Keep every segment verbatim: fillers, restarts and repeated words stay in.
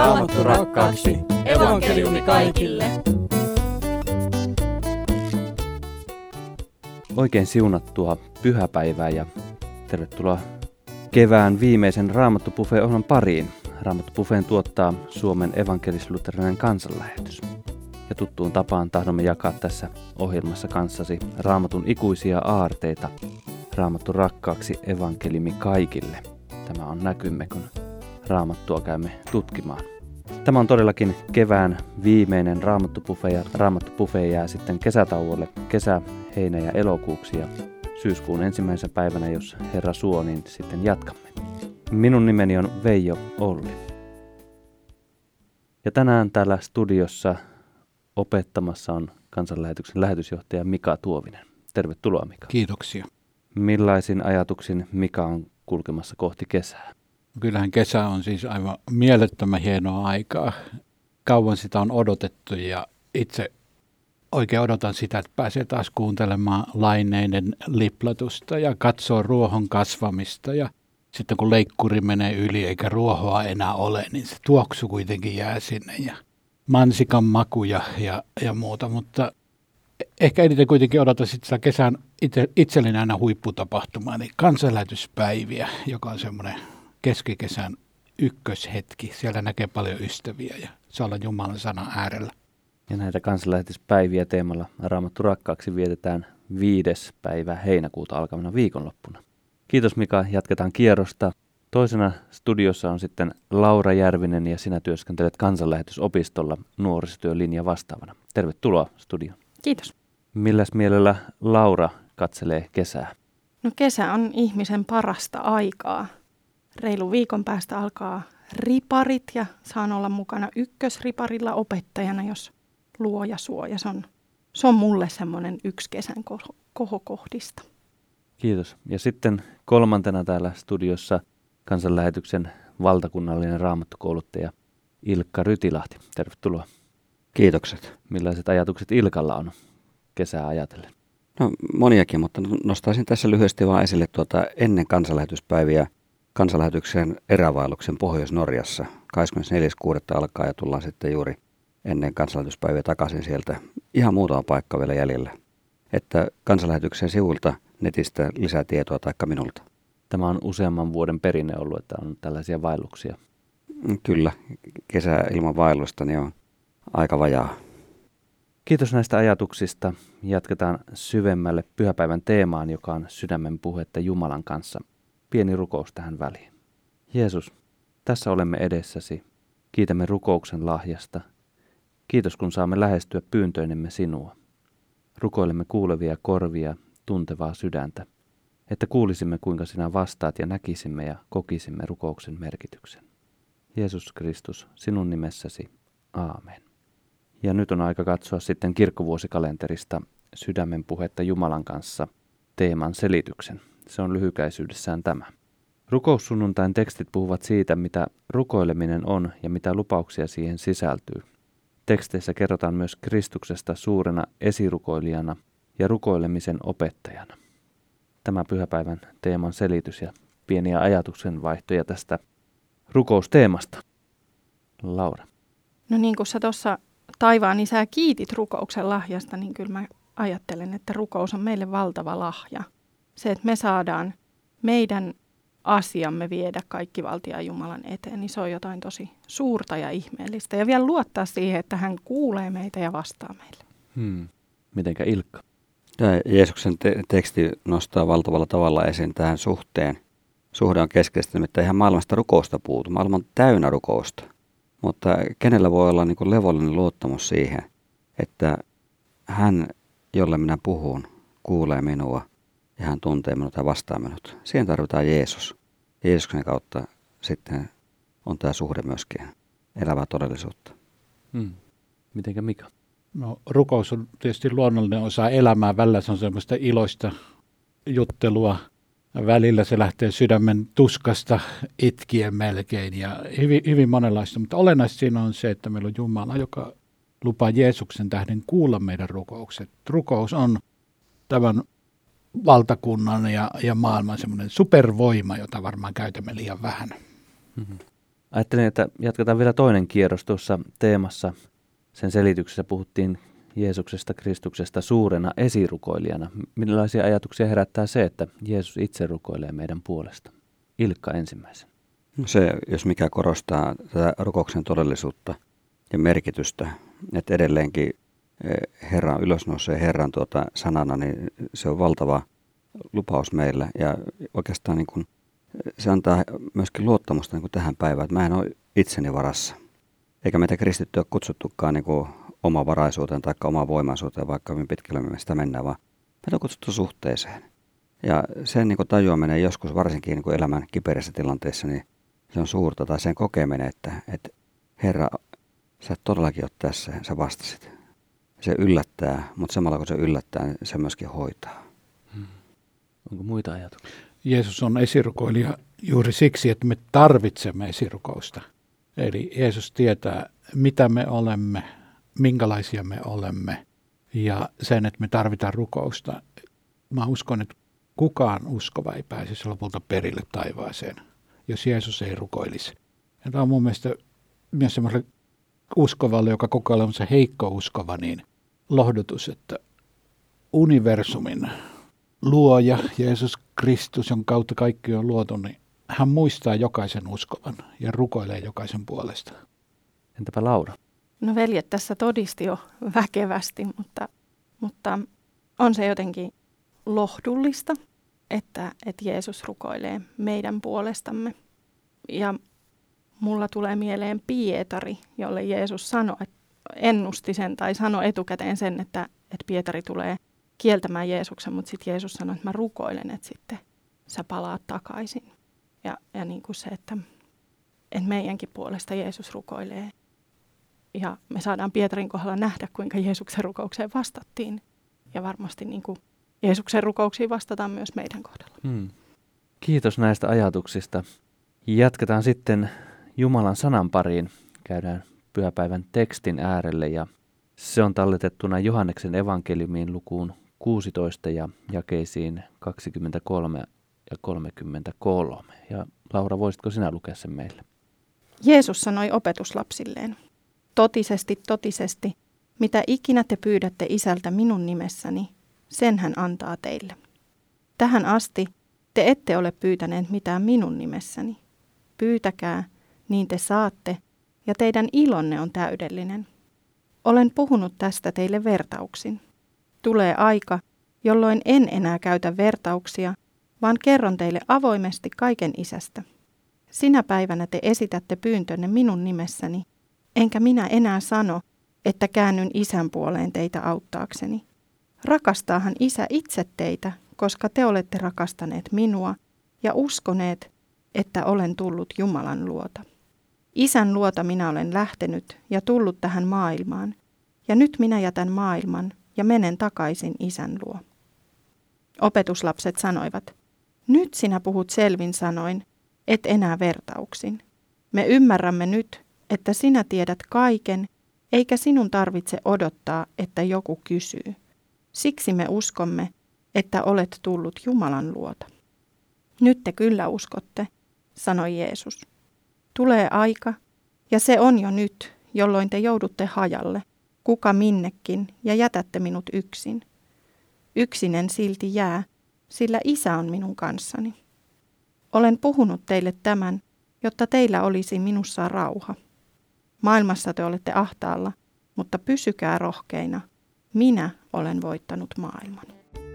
Raamattu rakkaaksi. Evankeliumi kaikille. Oikein siunattua pyhäpäivää ja tervetuloa kevään viimeisen Raamattu Buffet-ohjelman pariin. Raamattu Buffeten tuottaa Suomen evankelis-luterilainen kansanlähetys. Ja tuttuun tapaan tahdomme jakaa tässä ohjelmassa kanssasi Raamatun ikuisia aarteita. Raamattu rakkaaksi, evankeliumi kaikille. Tämä on näkymme, kun Raamattua käymme tutkimaan. Tämä on todellakin kevään viimeinen Raamattu Buffet ja Raamattu Buffet jää sitten kesätauolle kesä, heinä ja elokuuksi ja syyskuun ensimmäisenä päivänä, jos Herra suo, niin sitten jatkamme. Minun nimeni on Veijo Olli. Ja tänään täällä studiossa opettamassa on kansanlähetyksen lähetysjohtaja Mika Tuovinen. Tervetuloa, Mika. Kiitoksia. Millaisin ajatuksin Mika on kulkemassa kohti kesää? Kyllähän kesä on siis aivan mielettömän hienoa aikaa. Kauan sitä on odotettu ja itse oikein odotan sitä, että pääsee taas kuuntelemaan laineiden liplatusta ja katsoo ruohon kasvamista. Ja sitten kun leikkuri menee yli eikä ruohoa enää ole, niin se tuoksu kuitenkin jää sinne ja mansikan maku ja, ja, ja muuta. Mutta ehkä eniten kuitenkin odotan sitten sitä kesän itse, itselleni aina huipputapahtumaa, niin kansanlähetyspäiviä, joka on semmoinen keskikesän ykköshetki. Siellä näkee paljon ystäviä ja saa olla Jumalan sanan äärellä. Ja näitä kansanlähetyspäiviä teemalla Raamattu rakkaaksi vietetään viides päivä heinäkuuta alkavana viikonloppuna. Kiitos Mika, jatketaan kierrosta. Toisena studiossa on sitten Laura Järvinen ja sinä työskentelet kansanlähetysopistolla nuorisotyölinja vastaavana. Tervetuloa studioon. Kiitos. Milläs mielellä Laura katselee kesää? No kesä on ihmisen parasta aikaa. Reilu viikon päästä alkaa riparit ja saan olla mukana ykkösriparilla opettajana, jos luoja suoja. Se on, se on mulle semmoinen yksi kesän koho, kohokohdista. Kiitos. Ja sitten kolmantena täällä studiossa kansanlähetyksen valtakunnallinen raamattukouluttaja Ilkka Rytilahti. Tervetuloa. Kiitokset. Millaiset ajatukset Ilkalla on kesää ajatellen? No moniakin, mutta nostaisin tässä lyhyesti vaan esille tuota ennen kansanlähetyspäiviä kansanlähetyksen erävaelluksen Pohjois-Norjassa. kahdeskymmenesneljäs kuudetta alkaa ja tullaan sitten juuri ennen kansanlähetyspäiviä takaisin sieltä. Ihan muutama paikka vielä jäljellä. Että kansanlähetyksen sivulta netistä lisää tietoa taikka minulta. Tämä on useamman vuoden perinne ollut, että on tällaisia vaelluksia. Kyllä, kesä ilman vaellusta niin on aika vajaa. Kiitos näistä ajatuksista. Jatketaan syvemmälle pyhäpäivän teemaan, joka on sydämen puhetta Jumalan kanssa. Pieni rukous tähän väliin. Jeesus, tässä olemme edessäsi. Kiitämme rukouksen lahjasta. Kiitos, kun saamme lähestyä pyyntöinemme sinua. Rukoilemme kuulevia korvia, tuntevaa sydäntä, että kuulisimme, kuinka sinä vastaat ja näkisimme ja kokisimme rukouksen merkityksen. Jeesus Kristus, sinun nimessäsi. Aamen. Ja nyt on aika katsoa sitten kirkkovuosikalenterista sydämen puhetta Jumalan kanssa teeman selityksen. Se on lyhykäisyydessään tämä. Rukoussunnuntain tekstit puhuvat siitä, mitä rukoileminen on ja mitä lupauksia siihen sisältyy. Teksteissä kerrotaan myös Kristuksesta suurena esirukoilijana ja rukoilemisen opettajana. Tämä pyhäpäivän teeman selitys ja pieniä ajatuksenvaihtoja tästä rukousteemasta. Laura. No niin kuin sä tuossa taivaan isää kiitit rukouksen lahjasta, niin kyllä mä ajattelen, että rukous on meille valtava lahja. Se, että me saadaan meidän asiamme viedä kaikkivaltiaan Jumalan eteen, niin se on jotain tosi suurta ja ihmeellistä. Ja vielä luottaa siihen, että hän kuulee meitä ja vastaa meille. Hmm. Mitenkä Ilkka? Tämä Jeesuksen te- teksti nostaa valtavalla tavalla esiin tähän suhteen. Suhde on keskeistä, että eihän maailmasta rukousta puutu. Maailma on täynnä rukousta. Mutta kenellä voi olla niin kuin levollinen luottamus siihen, että hän, jolle minä puhun, kuulee minua ja hän tuntee minut ja vastaa minut. Siihen tarvitaan Jeesus. Ja Jeesuksen kautta sitten on tämä suhde myöskin elävää todellisuutta. Hmm. Mitenkä Mika? No, rukous on tietysti luonnollinen osa elämää. Välillä se on semmoista iloista juttelua. Välillä se lähtee sydämen tuskasta itkien melkein ja hyvin, hyvin monenlaista. Mutta olennaista siinä on se, että meillä on Jumala, joka lupaa Jeesuksen tähden kuulla meidän rukoukset. Rukous on tämän valtakunnan ja, ja maailman semmoinen supervoima, jota varmaan käytämme liian vähän. Mm-hmm. Ajattelin, että jatketaan vielä toinen kierros tuossa teemassa. Sen selityksessä puhuttiin Jeesuksesta, Kristuksesta suurena esirukoilijana. Millaisia ajatuksia herättää se, että Jeesus itse rukoilee meidän puolesta? Ilkka ensimmäisen. Se, jos mikä korostaa tätä rukouksen todellisuutta ja merkitystä, että edelleenkin Herran ylösnousee Herran tuota sanana, niin se on valtava lupaus meillä. Ja oikeastaan niin kuin, se antaa myöskin luottamusta niin kuin tähän päivään, että mä en ole itseni varassa. Eikä meitä kristittyä ole kutsuttukaan niin kuin omavaraisuuteen tai omaan voimaisuuteen, vaikka hyvin pitkälle me sitä mennään, vaan meitä on kutsuttu suhteeseen. Ja sen niin kuin tajuaminen joskus, varsinkin niin kuin elämän kiperissä tilanteessa, niin se on suurta, tai sen kokeminen, että, että Herra, sä todellakin oot tässä, sä vastasit. Se yllättää, mutta samalla kun se yllättää, niin se myöskin hoitaa. Hmm. Onko muita ajatuksia? Jeesus on esirukoilija juuri siksi, että me tarvitsemme esirukousta. Eli Jeesus tietää, mitä me olemme, minkälaisia me olemme ja sen, että me tarvitaan rukousta. Mä uskon, että kukaan uskova ei pääsisi lopulta perille taivaaseen, jos Jeesus ei rukoilisi. Ja tämä on mun mielestä myös semmoiselle uskovalle, joka koko ajan on se heikko uskova, niin lohdutus, että universumin luoja, Jeesus Kristus, jonka kautta kaikki on luotu, niin hän muistaa jokaisen uskovan ja rukoilee jokaisen puolesta. Entäpä Laura? No veljet tässä todisti jo väkevästi, mutta, mutta on se jotenkin lohdullista, että, että Jeesus rukoilee meidän puolestamme. Ja mulla tulee mieleen Pietari, jolle Jeesus sanoi, että ennusti sen tai sanoi etukäteen sen, että, että Pietari tulee kieltämään Jeesuksen, mutta sitten Jeesus sanoi, että mä rukoilen, että sitten sä palaat takaisin. Ja, ja niin kuin se, että, että meidänkin puolesta Jeesus rukoilee. Ja me saadaan Pietarin kohdalla nähdä, kuinka Jeesuksen rukoukseen vastattiin. Ja varmasti niin kuin Jeesuksen rukouksiin vastataan myös meidän kohdalla. Hmm. Kiitos näistä ajatuksista. Jatketaan sitten Jumalan sanan pariin. Käydään pyhäpäivän tekstin äärelle ja se on talletettuna Johanneksen evankeliumiin lukuun kuusitoista ja jakeisiin kaksikymmentäkolme ja kolmekymmentäkolme. Ja Laura, voisitko sinä lukea sen meille? Jeesus sanoi opetuslapsilleen, totisesti, totisesti, mitä ikinä te pyydätte isältä minun nimessäni, sen hän antaa teille. Tähän asti te ette ole pyytäneet mitään minun nimessäni. Pyytäkää, niin te saatte, ja teidän ilonne on täydellinen. Olen puhunut tästä teille vertauksin. Tulee aika, jolloin en enää käytä vertauksia, vaan kerron teille avoimesti kaiken isästä. Sinä päivänä te esitätte pyyntönne minun nimessäni, enkä minä enää sano, että käännyn isän puoleen teitä auttaakseni. Rakastaahan isä itse teitä, koska te olette rakastaneet minua ja uskoneet, että olen tullut Jumalan luota. Isän luota minä olen lähtenyt ja tullut tähän maailmaan, ja nyt minä jätän maailman ja menen takaisin isän luo. Opetuslapset sanoivat, nyt sinä puhut selvin sanoin, et enää vertauksin. Me ymmärrämme nyt, että sinä tiedät kaiken, eikä sinun tarvitse odottaa, että joku kysyy. Siksi me uskomme, että olet tullut Jumalan luota. Nyt te kyllä uskotte, sanoi Jeesus. Tulee aika, ja se on jo nyt, jolloin te joudutte hajalle, kuka minnekin, ja jätätte minut yksin. Yksinen silti jää, sillä isä on minun kanssani. Olen puhunut teille tämän, jotta teillä olisi minussa rauha. Maailmassa te olette ahtaalla, mutta pysykää rohkeina. Minä olen voittanut maailman.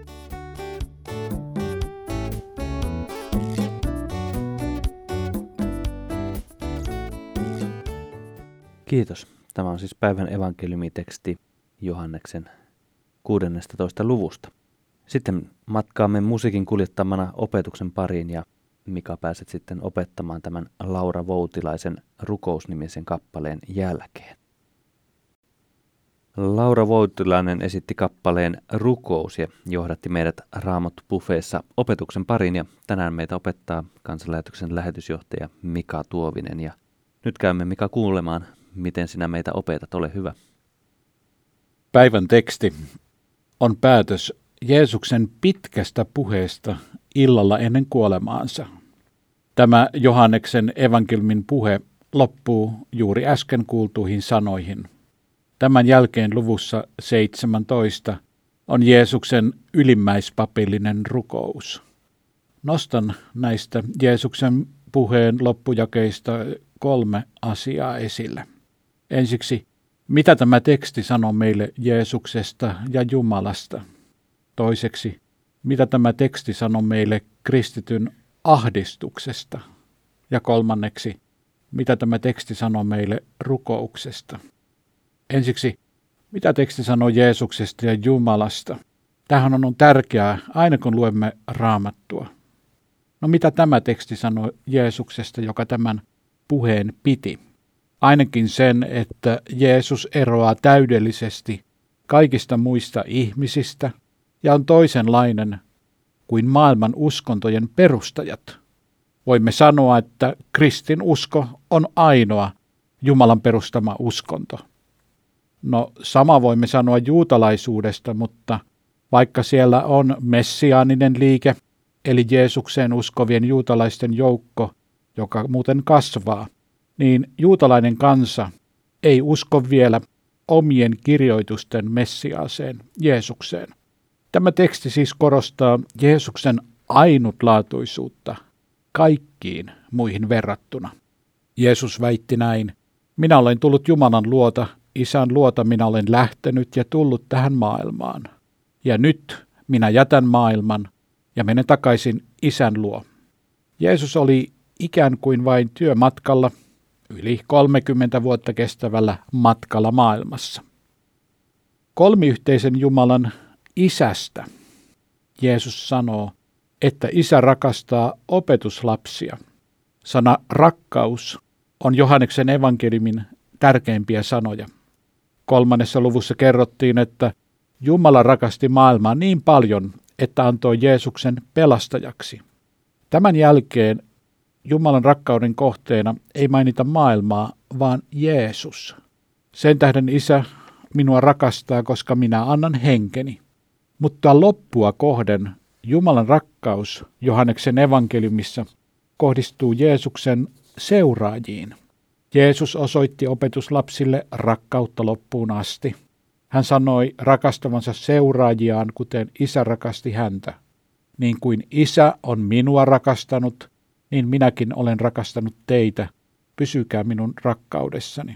Kiitos. Tämä on siis päivän evankeliumiteksti Johanneksen kuudennestatoista luvusta. Sitten matkaamme musiikin kuljettamana opetuksen pariin ja Mika pääset sitten opettamaan tämän Laura Voutilaisen rukousnimisen kappaleen jälkeen. Laura Voutilainen esitti kappaleen Rukous ja johdatti meidät Raamattu-buffeessa opetuksen pariin ja tänään meitä opettaa kansanlähetyksen lähetysjohtaja Mika Tuovinen ja nyt käymme Mika kuulemaan, miten sinä meitä opetat, ole hyvä. Päivän teksti on päätös Jeesuksen pitkästä puheesta illalla ennen kuolemaansa. Tämä Johanneksen evankeliumin puhe loppuu juuri äsken kuultuihin sanoihin. Tämän jälkeen luvussa seitsemäntoista on Jeesuksen ylimmäispapillinen rukous. Nostan näistä Jeesuksen puheen loppujakeista kolme asiaa esille. Ensiksi, mitä tämä teksti sanoo meille Jeesuksesta ja Jumalasta? Toiseksi, mitä tämä teksti sanoo meille kristityn ahdistuksesta? Ja kolmanneksi, mitä tämä teksti sanoo meille rukouksesta? Ensiksi, mitä teksti sanoo Jeesuksesta ja Jumalasta? Tämähän on tärkeää aina kun luemme Raamattua. No mitä tämä teksti sanoo Jeesuksesta, joka tämän puheen piti? Ainakin sen, että Jeesus eroaa täydellisesti kaikista muista ihmisistä ja on toisenlainen kuin maailman uskontojen perustajat. Voimme sanoa, että kristin usko on ainoa Jumalan perustama uskonto. No sama voimme sanoa juutalaisuudesta, mutta vaikka siellä on messiaaninen liike, eli Jeesukseen uskovien juutalaisten joukko, joka muuten kasvaa, niin juutalainen kansa ei usko vielä omien kirjoitusten Messiaaseen, Jeesukseen. Tämä teksti siis korostaa Jeesuksen ainutlaatuisuutta kaikkiin muihin verrattuna. Jeesus väitti näin, minä olen tullut Jumalan luota, Isän luota minä olen lähtenyt ja tullut tähän maailmaan. Ja nyt minä jätän maailman ja menen takaisin Isän luo. Jeesus oli ikään kuin vain työmatkalla, yli kolmekymmentä vuotta kestävällä matkalla maailmassa. Kolmiyhteisen Jumalan Isästä Jeesus sanoo, että Isä rakastaa opetuslapsia. Sana rakkaus on Johanneksen evankeliumin tärkeimpiä sanoja. Kolmannessa luvussa kerrottiin, että Jumala rakasti maailmaa niin paljon, että antoi Jeesuksen pelastajaksi. Tämän jälkeen Jumalan rakkauden kohteena ei mainita maailmaa, vaan Jeesus. Sen tähden Isä minua rakastaa, koska minä annan henkeni. Mutta loppua kohden Jumalan rakkaus Johanneksen evankeliumissa kohdistuu Jeesuksen seuraajiin. Jeesus osoitti opetuslapsille rakkautta loppuun asti. Hän sanoi rakastavansa seuraajiaan, kuten Isä rakasti häntä. Niin kuin Isä on minua rakastanut, niin minäkin olen rakastanut teitä. Pysykää minun rakkaudessani.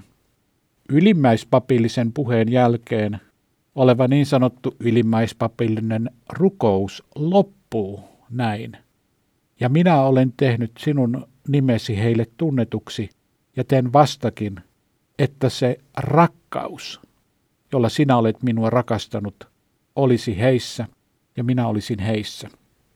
Ylimmäispapillisen puheen jälkeen oleva niin sanottu ylimmäispapillinen rukous loppuu näin. Ja minä olen tehnyt sinun nimesi heille tunnetuksi, ja teen vastakin, että se rakkaus, jolla sinä olet minua rakastanut, olisi heissä, ja minä olisin heissä.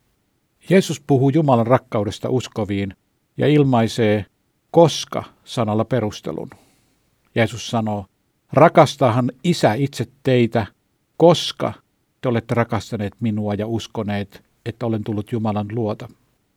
Jeesus puhuu Jumalan rakkaudesta uskoviin ja ilmaisee koska sanalla perustelun. Jeesus sanoo, rakastaahan Isä itse teitä, koska te olette rakastaneet minua ja uskoneet, että olen tullut Jumalan luota.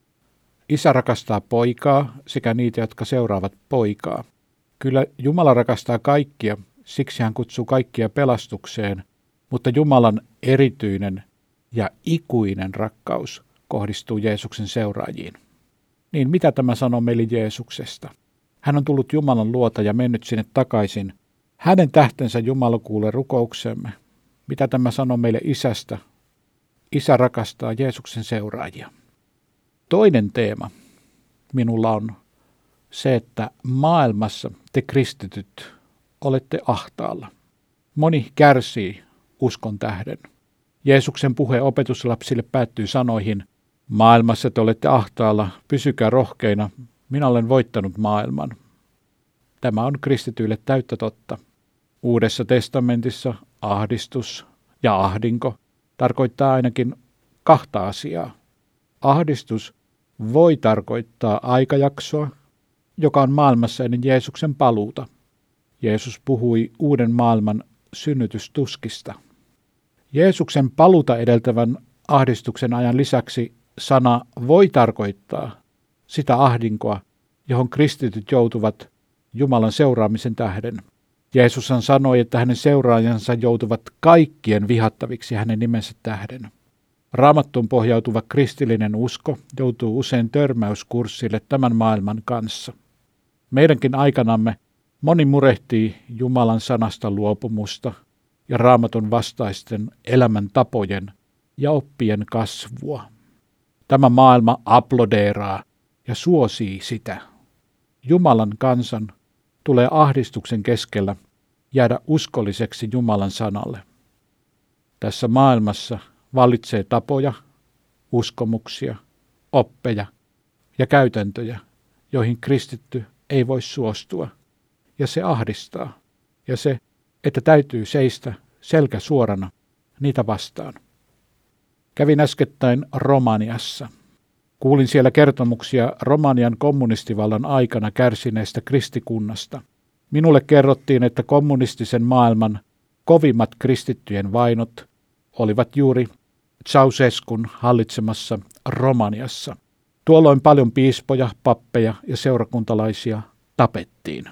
Isä rakastaa poikaa sekä niitä, jotka seuraavat poikaa. Kyllä Jumala rakastaa kaikkia, siksi hän kutsuu kaikkia pelastukseen, mutta Jumalan erityinen ja ikuinen rakkaus kohdistuu Jeesuksen seuraajiin. Niin mitä tämä sanoo meille Jeesuksesta? Hän on tullut Jumalan luota ja mennyt sinne takaisin. Hänen tähtensä Jumala kuulee rukouksemme. Mitä tämä sanoo meille Isästä? Isä rakastaa Jeesuksen seuraajia. Toinen teema minulla on se, että maailmassa te kristityt olette ahtaalla. Moni kärsii uskon tähden. Jeesuksen puhe opetuslapsille päättyy sanoihin, maailmassa te olette ahtaalla, pysykää rohkeina, minä olen voittanut maailman. Tämä on kristityille täyttä totta. Uudessa testamentissa ahdistus ja ahdinko tarkoittaa ainakin kahta asiaa. Ahdistus voi tarkoittaa aikajaksoa, joka on maailmassa ennen Jeesuksen paluuta. Jeesus puhui uuden maailman synnytystuskista. Jeesuksen paluuta edeltävän ahdistuksen ajan lisäksi sana voi tarkoittaa sitä ahdinkoa, johon kristityt joutuvat Jumalan seuraamisen tähden. Jeesushan sanoi, että hänen seuraajansa joutuvat kaikkien vihattaviksi hänen nimensä tähden. Raamattuun pohjautuva kristillinen usko joutuu usein törmäyskurssille tämän maailman kanssa. Meidänkin aikanamme moni murehtii Jumalan sanasta luopumusta ja Raamatun vastaisten elämäntapojen ja oppien kasvua. Tämä maailma aplodeeraa ja suosii sitä. Jumalan kansan tulee ahdistuksen keskellä jäädä uskolliseksi Jumalan sanalle. Tässä maailmassa vallitsee tapoja, uskomuksia, oppeja ja käytäntöjä, joihin kristitty ei voi suostua, ja se ahdistaa, ja se, että täytyy seistä selkä suorana niitä vastaan. Kävin äskettäin Romaniassa. Kuulin siellä kertomuksia Romanian kommunistivallan aikana kärsineestä kristikunnasta. Minulle kerrottiin, että kommunistisen maailman kovimmat kristittyjen vainot olivat juuri Ceausescun hallitsemassa Romaniassa. Tuolloin paljon piispoja, pappeja ja seurakuntalaisia tapettiin.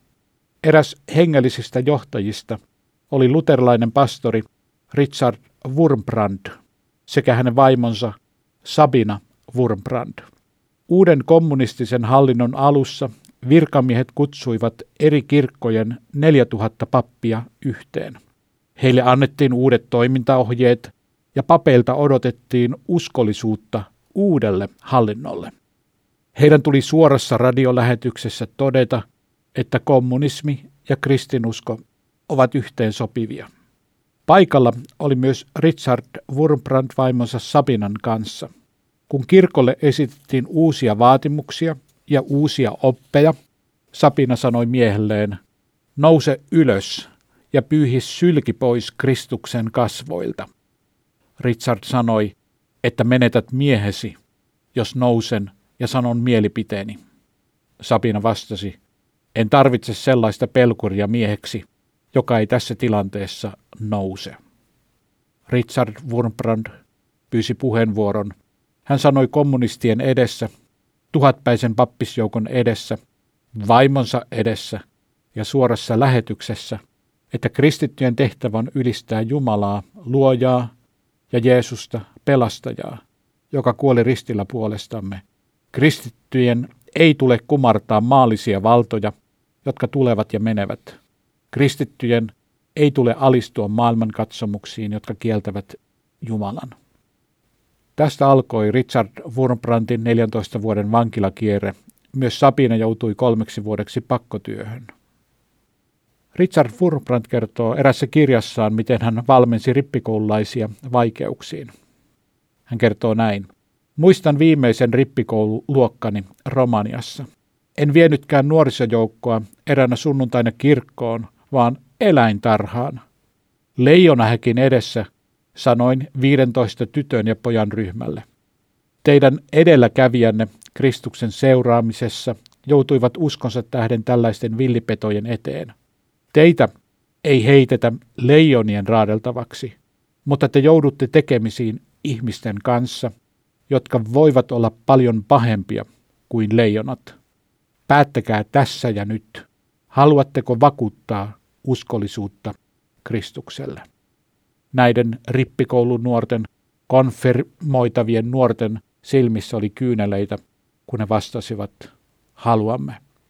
Eräs hengellisistä johtajista oli luterilainen pastori Richard Wurmbrand sekä hänen vaimonsa Sabina Wurmbrand. Uuden kommunistisen hallinnon alussa virkamiehet kutsuivat eri kirkkojen neljätuhatta pappia yhteen. Heille annettiin uudet toimintaohjeet ja papeilta odotettiin uskollisuutta uudelle hallinnolle. Heidän tuli suorassa radiolähetyksessä todeta, että kommunismi ja kristinusko ovat yhteen sopivia. Paikalla oli myös Richard Wurmbrand vaimonsa Sabinan kanssa. Kun kirkolle esitettiin uusia vaatimuksia ja uusia oppeja, Sabina sanoi miehelleen, nouse ylös ja pyyhi sylki pois Kristuksen kasvoilta. Richard sanoi, että menetät miehesi, jos nousen ja sanon mielipiteeni. Sabina vastasi, en tarvitse sellaista pelkuria mieheksi, joka ei tässä tilanteessa nouse. Richard Wurmbrand pyysi puheenvuoron. Hän sanoi kommunistien edessä, tuhatpäisen pappisjoukon edessä, vaimonsa edessä ja suorassa lähetyksessä, että kristittyjen tehtävä on ylistää Jumalaa, luojaa ja Jeesusta, pelastajaa, joka kuoli ristillä puolestamme. Kristittyjen ei tule kumartaa maallisia valtoja, jotka tulevat ja menevät. Kristittyjen ei tule alistua maailmankatsomuksiin, jotka kieltävät Jumalan. Tästä alkoi Richard Wurmbrandin neljäntoista vuoden vankilakierre. Myös Sabina joutui kolmeksi vuodeksi pakkotyöhön. Richard Wurmbrand kertoo erässä kirjassaan, miten hän valmensi rippikoululaisia vaikeuksiin. Hän kertoo näin. Muistan viimeisen rippikoululuokkani Romaniassa. En vienytkään nuorisojoukkoa eräänä sunnuntaina kirkkoon, vaan eläintarhaan. Leijonahäkin edessä sanoin viidentoista tytön ja pojan ryhmälle. Teidän edelläkävijänne Kristuksen seuraamisessa joutuivat uskonsa tähden tällaisten villipetojen eteen. Teitä ei heitetä leijonien raadeltavaksi, mutta te joudutte tekemisiin ihmisten kanssa, jotka voivat olla paljon pahempia kuin leijonat. Päättäkää tässä ja nyt, haluatteko vakuuttaa uskollisuutta Kristukselle. Näiden rippikoulun nuorten, konfirmoitavien nuorten silmissä oli kyyneleitä, kun ne vastasivat, haluamme.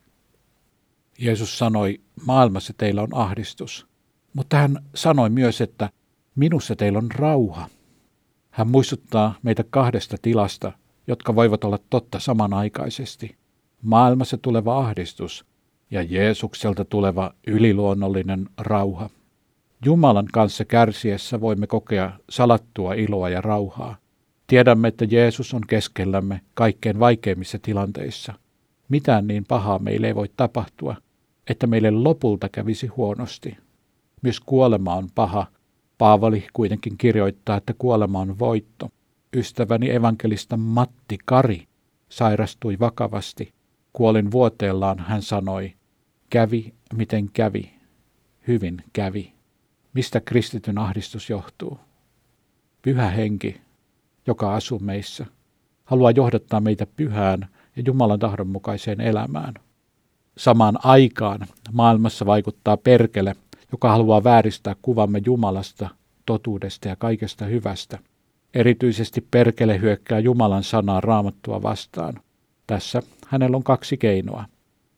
Jeesus sanoi, maailmassa teillä on ahdistus, mutta hän sanoi myös, että minussa teillä on rauha. Hän muistuttaa meitä kahdesta tilasta, jotka voivat olla totta samanaikaisesti. Maailmassa tuleva ahdistus ja Jeesukselta tuleva yliluonnollinen rauha. Jumalan kanssa kärsiessä voimme kokea salattua iloa ja rauhaa. Tiedämme, että Jeesus on keskellämme kaikkein vaikeimmissa tilanteissa. Mitään niin pahaa meille ei voi tapahtua, että meille lopulta kävisi huonosti. Myös kuolema on paha. Paavali kuitenkin kirjoittaa, että kuolema on voitto. Ystäväni evankelista Matti Kari sairastui vakavasti. Kuolin vuoteellaan hän sanoi, kävi miten kävi, hyvin kävi. Mistä kristityn ahdistus johtuu? Pyhä henki, joka asuu meissä, haluaa johdattaa meitä pyhään ja Jumalan tahdon mukaiseen elämään. Samaan aikaan maailmassa vaikuttaa perkele, joka haluaa vääristää kuvamme Jumalasta, totuudesta ja kaikesta hyvästä. Erityisesti perkele hyökkää Jumalan sanaa Raamattua vastaan. Tässä hänellä on kaksi keinoa.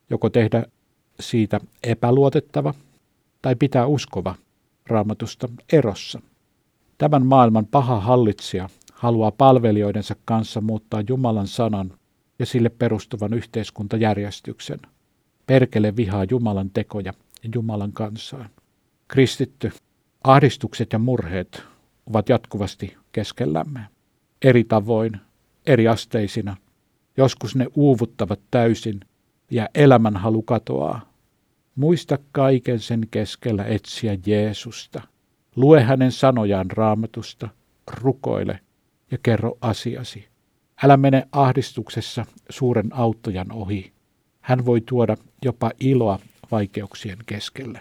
joko tehdä siitä epäluotettava tai pitää uskova Raamatusta erossa. Tämän maailman paha hallitsija haluaa palvelijoidensa kanssa muuttaa Jumalan sanan ja sille perustuvan yhteiskuntajärjestyksen. Perkele vihaa Jumalan tekoja ja Jumalan kansaa. Kristitty, ahdistukset ja murheet ovat jatkuvasti keskellämme. Eri tavoin, eri asteisina. Joskus ne uuvuttavat täysin ja elämänhalu katoaa. Muista kaiken sen keskellä etsiä Jeesusta. Lue hänen sanojaan Raamatusta, rukoile ja kerro asiasi. Älä mene ahdistuksessa suuren auttajan ohi. Hän voi tuoda jopa iloa vaikeuksien keskelle.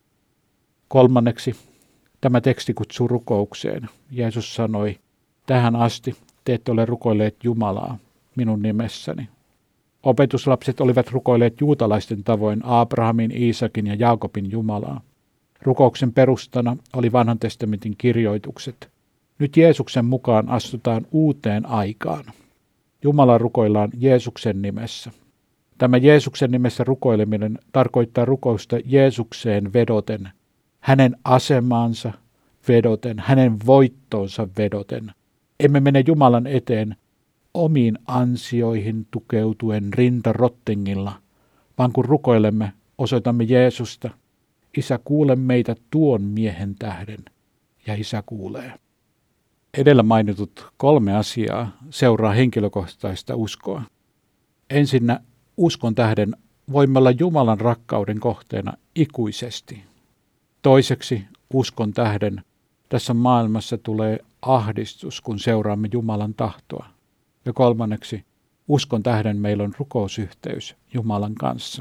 Kolmanneksi, tämä teksti kutsuu rukoukseen. Jeesus sanoi, tähän asti te ette ole rukoilleet Jumalaa minun nimessäni. Opetuslapset olivat rukoilleet juutalaisten tavoin Abrahamin, Iisakin ja Jaakobin Jumalaa. Rukouksen perustana oli vanhan testamentin kirjoitukset. Nyt Jeesuksen mukaan astutaan uuteen aikaan. Jumala rukoillaan Jeesuksen nimessä. Tämä Jeesuksen nimessä rukoileminen tarkoittaa rukousta Jeesukseen vedoten, hänen asemaansa vedoten, hänen voittoonsa vedoten. Emme mene Jumalan eteen omiin ansioihin tukeutuen rinta rottingilla, vaan kun rukoilemme, osoitamme Jeesusta. Isä, kuule meitä tuon miehen tähden, ja Isä kuulee. Edellä mainitut kolme asiaa seuraa henkilökohtaista uskoa. Ensinnä uskon tähden voimme olla Jumalan rakkauden kohteena ikuisesti. Toiseksi uskon tähden tässä maailmassa tulee ahdistus, kun seuraamme Jumalan tahtoa. Ja kolmanneksi uskon tähden meillä on rukousyhteys Jumalan kanssa.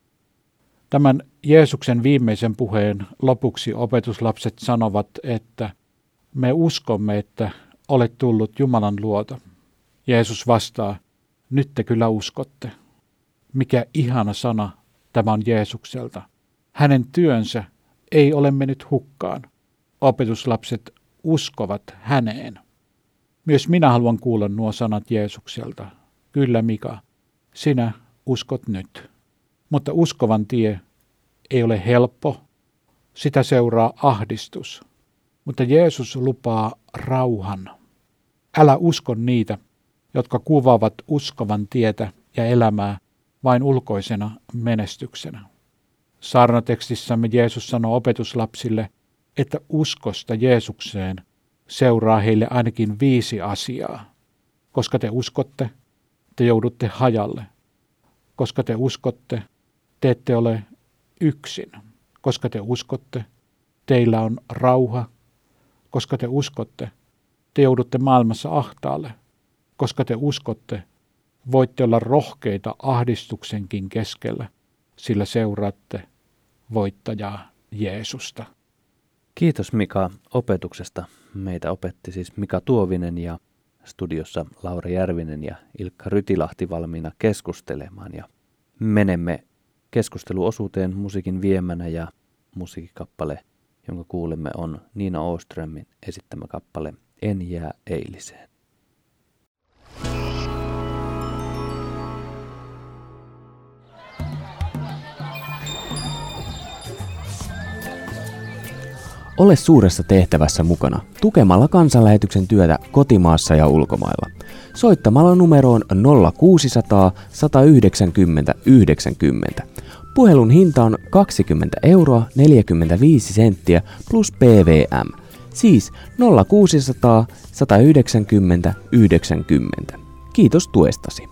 Tämän Jeesuksen viimeisen puheen lopuksi opetuslapset sanovat, että me uskomme, että olet tullut Jumalan luota. Jeesus vastaa, nyt te kyllä uskotte. Mikä ihana sana tämä on Jeesukselta. Hänen työnsä ei ole mennyt hukkaan. Opetuslapset uskovat häneen. Myös minä haluan kuulla nuo sanat Jeesukselta. Kyllä Mika, sinä uskot nyt. Mutta uskovan tie ei ole helppo. Sitä seuraa ahdistus. Mutta Jeesus lupaa rauhan. Älä usko niitä, jotka kuvaavat uskovan tietä ja elämää vain ulkoisena menestyksenä. Saarnatekstissämme Jeesus sanoo opetuslapsille, että uskosta Jeesukseen seuraa heille ainakin viisi asiaa. Koska te uskotte, te joudutte hajalle. Koska te uskotte, te ette ole yksin. Koska te uskotte, teillä on rauha. Koska te uskotte, te joudutte maailmassa ahtaalle. Koska te uskotte, voitte olla rohkeita ahdistuksenkin keskellä, sillä seuraatte voittajaa Jeesusta. Kiitos Mika opetuksesta. Meitä opetti siis Mika Tuovinen ja studiossa Laura Järvinen ja Ilkka Rytilahti valmiina keskustelemaan. Ja menemme keskusteluosuuteen musiikin viemänä ja musiikkikappale, jonka kuulemme, on Nina Åströmin esittämä kappale En jää eiliseen. Ole suuressa tehtävässä mukana tukemalla kansanlähetyksen työtä kotimaassa ja ulkomailla. Soittamalla numeroon nolla kuusisataa, sata yhdeksänkymmentä, yhdeksänkymmentä. Puhelun hinta on kaksikymmentä euroa neljäkymmentäviisi senttiä plus P V M. Siis nolla kuusisataa, sata yhdeksänkymmentä, yhdeksänkymmentä. Kiitos tuestasi.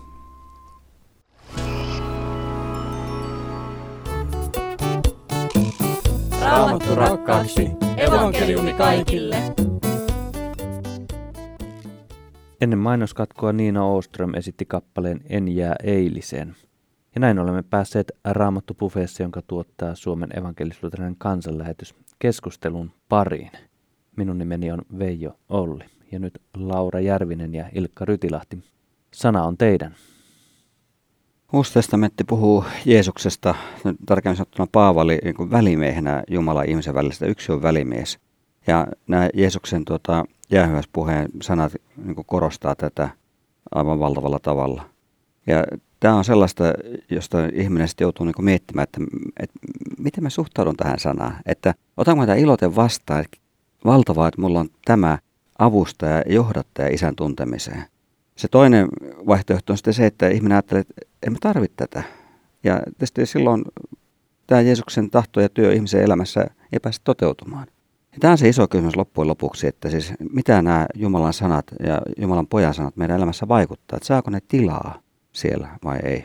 Raamattu rakkaaksi. Evankeliumi kaikille. Ennen mainoskatkoa Nina Åström esitti kappaleen En jää eiliseen. Ja näin olemme päässeet Raamattu-bufeessa, jonka tuottaa Suomen evankelis-luterilainen kansanlähetys, keskustelun pariin. Minun nimeni on Veijo Olli ja nyt Laura Järvinen ja Ilkka Rytilahti. Sana on teidän. Uusi testamentti puhuu Jeesuksesta, tarkemmin sanottuna Paavali niin kuin välimiehenä Jumalan ja ihmisen välistä. Yksi on välimies. Ja nämä Jeesuksen tuota, jäähyväispuheen sanat niin kuin korostaa tätä aivan valtavalla tavalla. Ja tämä on sellaista, josta ihminen sitten joutuu niin kuin miettimään, että, että miten mä suhtaudun tähän sanaan. Että otanko mä tämän iloten vastaan, että valtavaa, että mulla on tämä avustaja ja johdattaja isän tuntemiseen. Se toinen vaihtoehto on sitten se, että ihminen ajattelee, että emme tarvitse tätä. Ja tietysti silloin tämä Jeesuksen tahto ja työ ihmisen elämässä ei pääse toteutumaan. Ja tämä on se iso kysymys loppujen lopuksi, että siis mitä nämä Jumalan sanat ja Jumalan pojan sanat meidän elämässä vaikuttaa. Että saako ne tilaa siellä vai ei?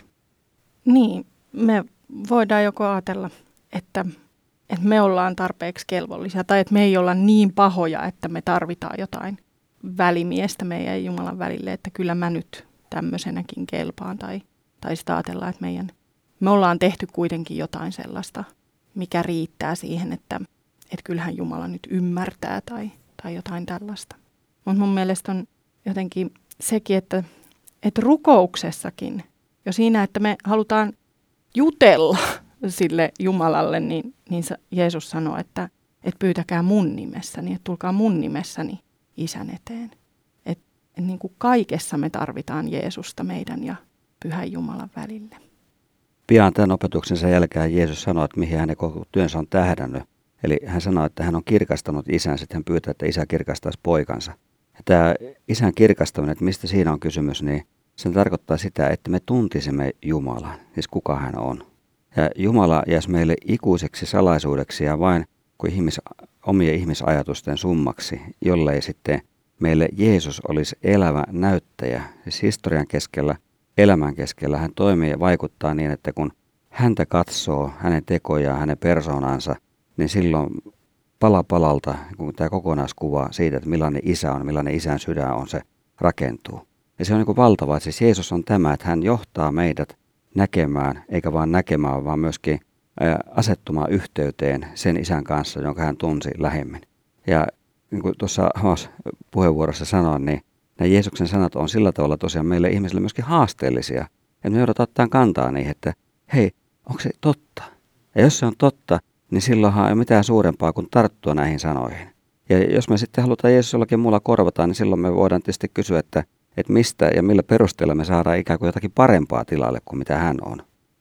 Niin, me voidaan joko ajatella, että, että me ollaan tarpeeksi kelvollisia tai että me ei olla niin pahoja, että me tarvitaan jotain välimiestä meidän ja Jumalan välille, että kyllä mä nyt tämmöisenäkin kelpaan. Tai, tai sitä ajatellaan, että meidän, me ollaan tehty kuitenkin jotain sellaista, mikä riittää siihen, että, että kyllähän Jumala nyt ymmärtää tai, tai jotain tällaista. Mutta mun mielestä on jotenkin sekin, että, että rukouksessakin, jo siinä, että me halutaan jutella sille Jumalalle, niin, niin Jeesus sanoo, että, että pyytäkää mun nimessäni, että tulkaa mun nimessäni Isän eteen. Että et niin kuin kaikessa me tarvitaan Jeesusta meidän ja Pyhän Jumalan välille. Pian tämän opetuksensa jälkeen Jeesus sanoi, että mihin hänen koko työnsä on tähdännyt. Eli hän sanoi, että hän on kirkastanut isän, sitten hän pyytää, että isä kirkastaisi poikansa. Ja tämä isän kirkastaminen, että mistä siinä on kysymys, niin se tarkoittaa sitä, että me tuntisimme Jumalan, siis kuka hän on. Ja Jumala jäisi meille ikuiseksi salaisuudeksi ja vain kuin ihmis, omien ihmisajatusten summaksi, jollei sitten meille Jeesus olisi elävä näyttäjä. Siis historian keskellä, elämän keskellä hän toimii ja vaikuttaa niin, että kun häntä katsoo, hänen tekojaan, hänen persoonansa, niin silloin pala palalta, kun tämä kokonaiskuva siitä, että millainen isä on, millainen isän sydän on, se rakentuu. Ja se on niin kuin valtava, että siis Jeesus on tämä, että hän johtaa meidät näkemään, eikä vaan näkemään, vaan myöskin asettumaan yhteyteen sen isän kanssa, jonka hän tunsi lähemmin. Ja niin kuin tuossa puheenvuorossa sanoin, niin nämä Jeesuksen sanat on sillä tavalla tosiaan meille ihmisille myöskin haasteellisia. Ja me joudutaan ottaa kantaa niihin, että hei, onko se totta? Ja jos se on totta, niin silloinhan ei ole mitään suurempaa kuin tarttua näihin sanoihin. Ja jos me sitten halutaan Jeesus jollakin muulla korvata, niin silloin me voidaan tietysti kysyä, että, että mistä ja millä perusteella me saadaan ikään kuin jotakin parempaa tilalle kuin mitä hän on.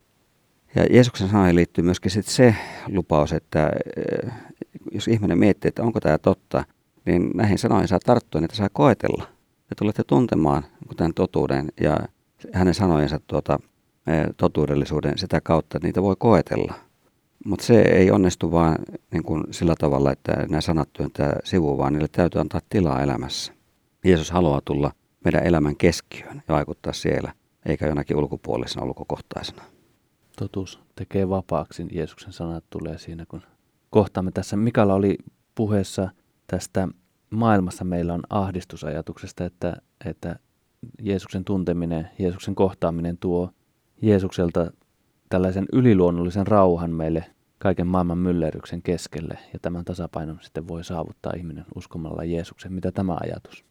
Ja Jeesuksen sanoihin liittyy myöskin sitten se lupaus, että jos ihminen miettii, että onko tämä totta, niin näihin sanoihin saa tarttua, niitä saa koetella. Te tulette tuntemaan tämän totuuden ja hänen sanojensa tuota, totuudellisuuden sitä kautta, että niitä voi koetella. Mutta se ei onnistu vaan niin kuin sillä tavalla, että nämä sanat työntää sivuun, vaan niille täytyy antaa tilaa elämässä. Jeesus haluaa tulla meidän elämän keskiöön ja vaikuttaa siellä, eikä jonakin ulkopuolisena, ulkokohtaisena. Totuus tekee vapaaksi. Jeesuksen sanat tulee siinä, kun kohtaamme tässä. Mikaela oli puheessa tästä maailmassa meillä on ahdistusajatuksesta, että, että Jeesuksen tunteminen, Jeesuksen kohtaaminen tuo Jeesukselta tällaisen yliluonnollisen rauhan meille kaiken maailman myllerryksen keskelle. Ja tämän tasapainon sitten voi saavuttaa ihminen uskomalla Jeesuksen. Mitä tämä ajatus?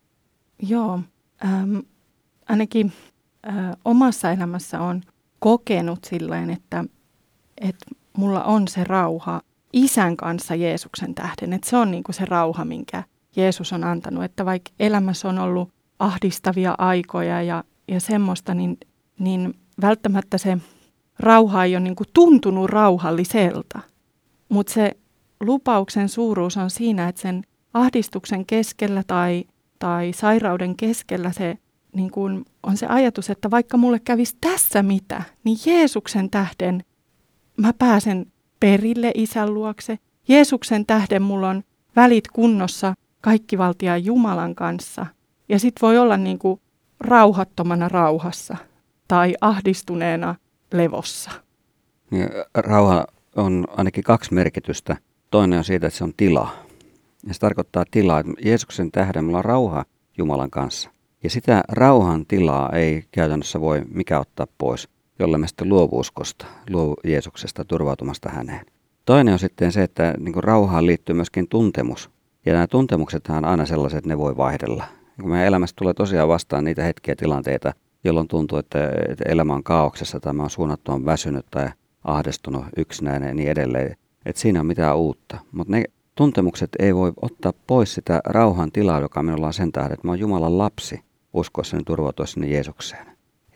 Joo, ähm, ainakin äh, omassa elämässä on kokenut silleen, että, että mulla on se rauha Isän kanssa Jeesuksen tähden. Että se on niin kuin se rauha, minkä Jeesus on antanut. Että vaikka elämässä on ollut ahdistavia aikoja ja, ja semmoista, niin, niin välttämättä se rauha ei ole niin kuin tuntunut rauhalliselta. Mutta se lupauksen suuruus on siinä, että sen ahdistuksen keskellä tai, tai sairauden keskellä se niin kuin on se ajatus, että vaikka mulle kävisi tässä mitä, niin Jeesuksen tähden mä pääsen perille Isän luokse. Jeesuksen tähden mulla on välit kunnossa kaikkivaltiaan Jumalan kanssa. Ja sit voi olla niin kuin rauhattomana rauhassa tai ahdistuneena levossa. Ja rauha on ainakin kaksi merkitystä. Toinen on siitä, että se on tila. Ja se tarkoittaa tilaa, että Jeesuksen tähden mulla on rauha Jumalan kanssa. Ja sitä rauhan tilaa ei käytännössä voi mikä ottaa pois, jolle me sitten luovu uskosta, luovu Jeesuksesta turvautumasta häneen. Toinen on sitten se, että niin kuin rauhaan liittyy myöskin tuntemus. Ja nämä tuntemuksethan on aina sellaiset, että ne voi vaihdella. Ja kun meidän elämässä tulee tosiaan vastaan niitä hetkiä tilanteita, jolloin tuntuu, että elämä on kaauksessa tai mä oon suunnattoman väsynyt tai ahdistunut yksinäinen ja niin edelleen. Että siinä on mitään uutta. Mutta ne tuntemukset ei voi ottaa pois sitä rauhan tilaa, joka minulla on sen tähden, että mä oon Jumalan lapsi uskoissani turvautuessani Jeesukseen.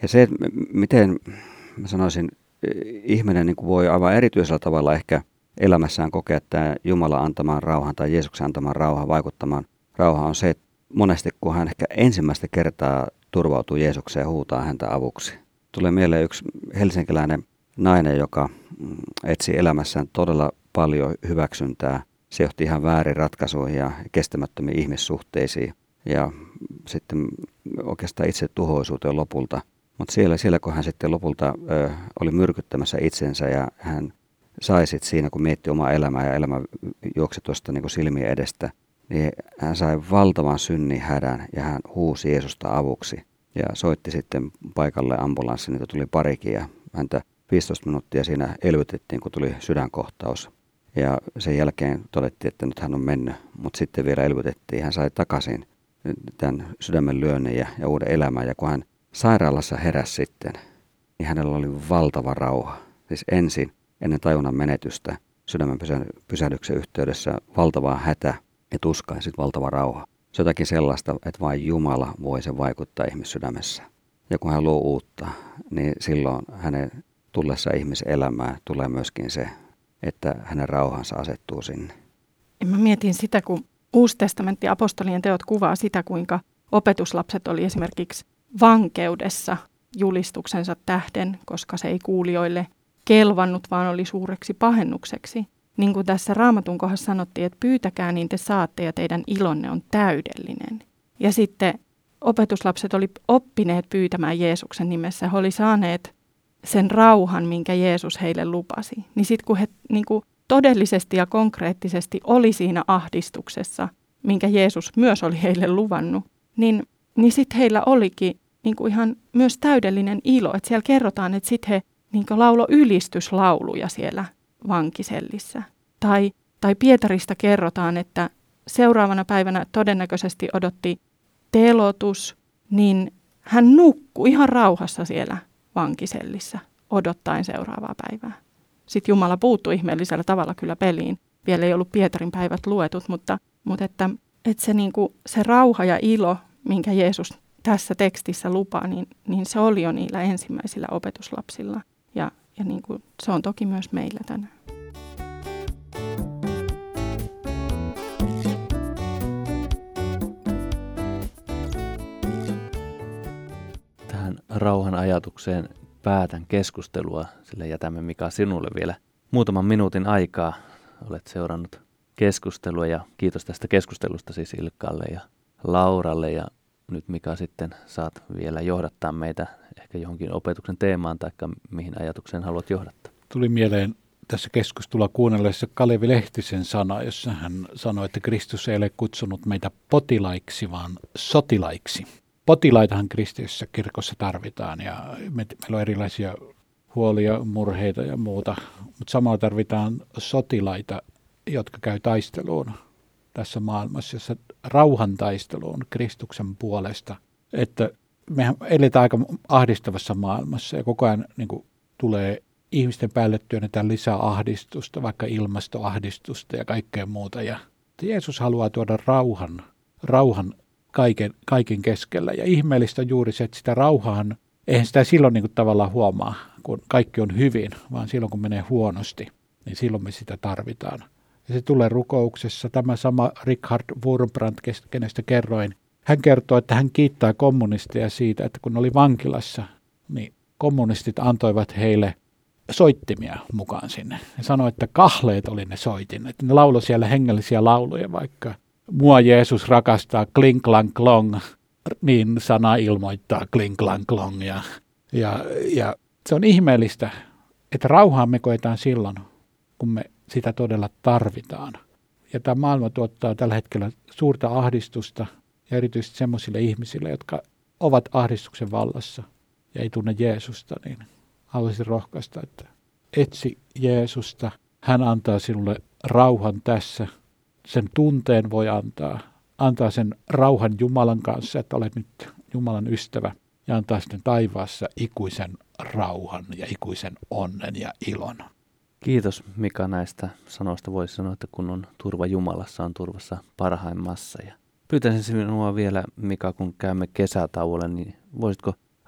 Ja se, että miten mä sanoisin, ihminen niin kuin voi aivan erityisellä tavalla ehkä elämässään kokea tämä Jumalan antamaan rauhan tai Jeesuksen antamaan rauhan, vaikuttamaan rauhaan, on se, että monesti kun hän ehkä ensimmäistä kertaa turvautuu Jeesukseen ja huutaa häntä avuksi. Tulee mieleen yksi helsinkiläinen nainen, joka etsi elämässään todella paljon hyväksyntää. Se johti ihan väärin ratkaisuihin ja kestämättömiin ihmissuhteisiin ja sitten oikeastaan itse tuhoisuuteen lopulta. Mutta siellä, siellä, kun hän sitten lopulta ö, oli myrkyttämässä itsensä ja hän sai sitten siinä, kun mietti omaa elämää ja elämä juoksi tuosta niin kuin silmien edestä, niin hän sai valtavan synnin hädän ja hän huusi Jeesusta avuksi. Ja soitti sitten paikalle ambulanssi, niitä tuli parikin ja häntä viisitoista minuuttia siinä elvytettiin, kun tuli sydänkohtaus. Ja sen jälkeen todettiin, että nyt hän on mennyt, mutta sitten vielä elvytettiin. Hän sai takaisin tämän sydämen lyönnin ja, ja uuden elämän. Ja kun hän sairaalassa heräsi sitten, niin hänellä oli valtava rauha. Siis ensin, ennen tajunnan menetystä, sydämen pysähdyksen yhteydessä valtava hätä ja tuska ja sitten valtava rauha. Se on jotakin sellaista, että vain Jumala voi sen vaikuttaa ihmissydämessä. Ja kun hän luo uutta, niin silloin hänen tullessa ihmiselämään tulee myöskin se, että hänen rauhansa asettuu sinne. Ja mä mietin sitä, kun Uusi testamentti apostolien teot kuvaa sitä, kuinka opetuslapset oli esimerkiksi vankeudessa julistuksensa tähden, koska se ei kuulijoille kelvannut, vaan oli suureksi pahennukseksi. Niin kuin tässä Raamatun kohdassa sanottiin, että pyytäkää niin te saatte ja teidän ilonne on täydellinen. Ja sitten opetuslapset oli oppineet pyytämään Jeesuksen nimessä. He oli saaneet sen rauhan, minkä Jeesus heille lupasi. Niin sitten kun he niin kuin todellisesti ja konkreettisesti oli siinä ahdistuksessa, minkä Jeesus myös oli heille luvannut, niin, niin sitten heillä olikin niin kuin ihan myös täydellinen ilo. Että siellä kerrotaan, että sitten he niin kuin laulo ylistyslauluja siellä vankisellissä. Tai, tai Pietarista kerrotaan, että seuraavana päivänä todennäköisesti odotti telotus, niin hän nukkui ihan rauhassa siellä vankisellissä odottaen seuraavaa päivää. Sitten Jumala puuttui ihmeellisellä tavalla kyllä peliin. Vielä ei ollut Pietarin päivät luetut, mutta, mutta että, että se, niin kuin, se rauha ja ilo, minkä Jeesus tässä tekstissä lupaa, niin, niin se oli jo niillä ensimmäisillä opetuslapsilla. Ja, ja niin kuin, se on toki myös meillä tänään. Tähän rauhan ajatukseen päätän keskustelua, sillä jätämme Mika sinulle vielä muutaman minuutin aikaa. Olet seurannut keskustelua ja kiitos tästä keskustelusta siis Ilkkalle ja Lauralle. Ja nyt Mika sitten saat vielä johdattaa meitä ehkä johonkin opetuksen teemaan tai mihin ajatukseen haluat johdattaa. Tuli mieleen tässä keskustelua kuunnellessa Kalevi Lehtisen sana, jossa hän sanoi, että Kristus ei ole kutsunut meitä potilaiksi, vaan sotilaiksi. Potilaitahan kristillisessä kirkossa tarvitaan ja me, meillä on erilaisia huolia, murheita ja muuta, mutta samalla tarvitaan sotilaita, jotka käy taisteluun tässä maailmassa, jossa rauhan taisteluun Kristuksen puolesta. Että mehän eletään aika ahdistavassa maailmassa ja koko ajan niin kuin, tulee ihmisten päälle työnnetään lisää ahdistusta, vaikka ilmastoahdistusta ja kaikkea muuta. Ja Jeesus haluaa tuoda rauhan, rauhan Kaiken, kaiken keskellä. Ja ihmeellistä on juuri se, että sitä rauhaan, eihän sitä silloin niin kuin tavallaan huomaa, kun kaikki on hyvin, vaan silloin kun menee huonosti, niin silloin me sitä tarvitaan. Ja se tulee rukouksessa. Tämä sama Richard Wurmbrand, kenestä kerroin, hän kertoo, että hän kiittää kommunisteja siitä, että kun oli vankilassa, niin kommunistit antoivat heille soittimia mukaan sinne. He sanoivat, että kahleet oli ne soitin, että ne lauloi siellä hengellisiä lauluja vaikka. Mua Jeesus rakastaa, kling klang klong, niin sana ilmoittaa kling klang klong. Ja, ja, ja se on ihmeellistä, että rauhaa me koetaan silloin, kun me sitä todella tarvitaan. Ja tämä maailma tuottaa tällä hetkellä suurta ahdistusta, ja erityisesti semmoisille ihmisille, jotka ovat ahdistuksen vallassa ja ei tunne Jeesusta, niin haluaisin rohkaista, että etsi Jeesusta. Hän antaa sinulle rauhan tässä. Sen tunteen voi antaa, antaa sen rauhan Jumalan kanssa, että olet nyt Jumalan ystävä, ja antaa sitten taivaassa ikuisen rauhan ja ikuisen onnen ja ilon. Kiitos Mika näistä sanoista. Voisi sanoa, että kun on turva Jumalassa, on turvassa parhaimmassa. Ja pyytäisin sinua vielä, Mika, kun käymme kesätauolle, niin voisitko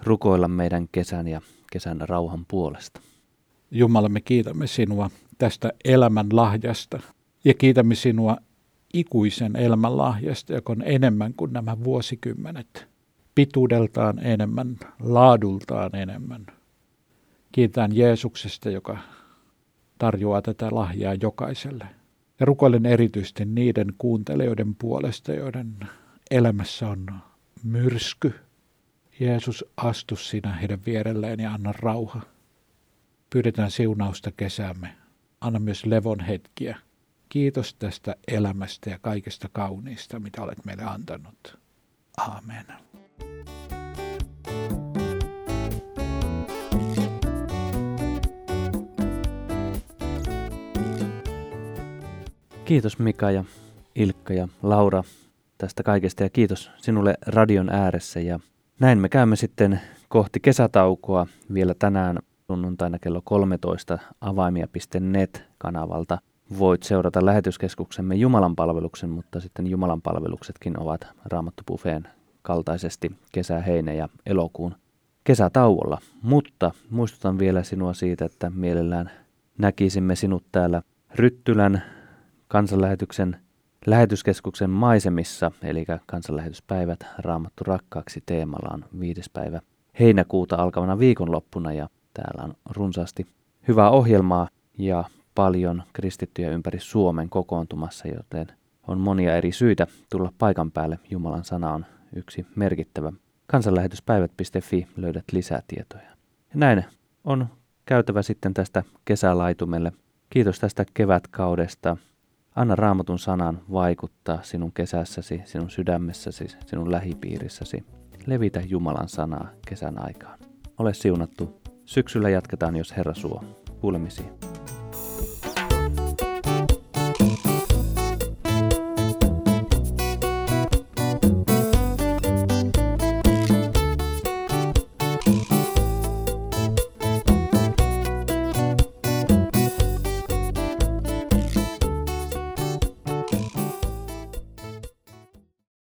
rukoilla meidän kesän ja kesän rauhan puolesta. Jumala, me kiitämme sinua tästä elämän lahjasta ja kiitämme sinua ikuisen elämän lahjasta, joka on enemmän kuin nämä vuosikymmenet. Pituudeltaan enemmän, laadultaan enemmän. Kiitän Jeesuksesta, joka tarjoaa tätä lahjaa jokaiselle. Ja rukoilen erityisesti niiden kuuntelijoiden puolesta, joiden elämässä on myrsky. Jeesus, astu sinä heidän vierelleen ja anna rauha. Pyydetään siunausta kesäämme. Anna myös levon hetkiä. Kiitos tästä elämästä ja kaikesta kauniista, mitä olet meille antanut. Aamen. Kiitos Mika ja Ilkka ja Laura tästä kaikesta ja kiitos sinulle radion ääressä. Ja näin me käymme sitten kohti kesätaukoa vielä tänään sunnuntaina kello kolmetoista avaimia piste net-kanavalta. Voit seurata lähetyskeskuksemme Jumalan palveluksen, mutta sitten Jumalan palveluksetkin ovat Raamattu Buffeen kaltaisesti kesä, heinä ja elokuun kesätauolla. Mutta muistutan vielä sinua siitä, että mielellään näkisimme sinut täällä Ryttylän kansanlähetyksen lähetyskeskuksen maisemissa, eli kansanlähetyspäivät Raamattu rakkaaksi teemalla on viides päivä heinäkuuta alkavana viikonloppuna ja täällä on runsaasti hyvää ohjelmaa ja paljon kristittyjä ympäri Suomen kokoontumassa, joten on monia eri syitä tulla paikan päälle. Jumalan sana on yksi merkittävä. kansanlähetyspäivät piste fi löydät lisää tietoja. Ja näin on käytävä sitten tästä kesälaitumelle. Kiitos tästä kevätkaudesta. Anna Raamatun sanan vaikuttaa sinun kesässäsi, sinun sydämessäsi, sinun lähipiirissäsi. Levitä Jumalan sanaa kesän aikaan. Ole siunattu. Syksyllä jatketaan, jos Herra suo. Kuulemisiin.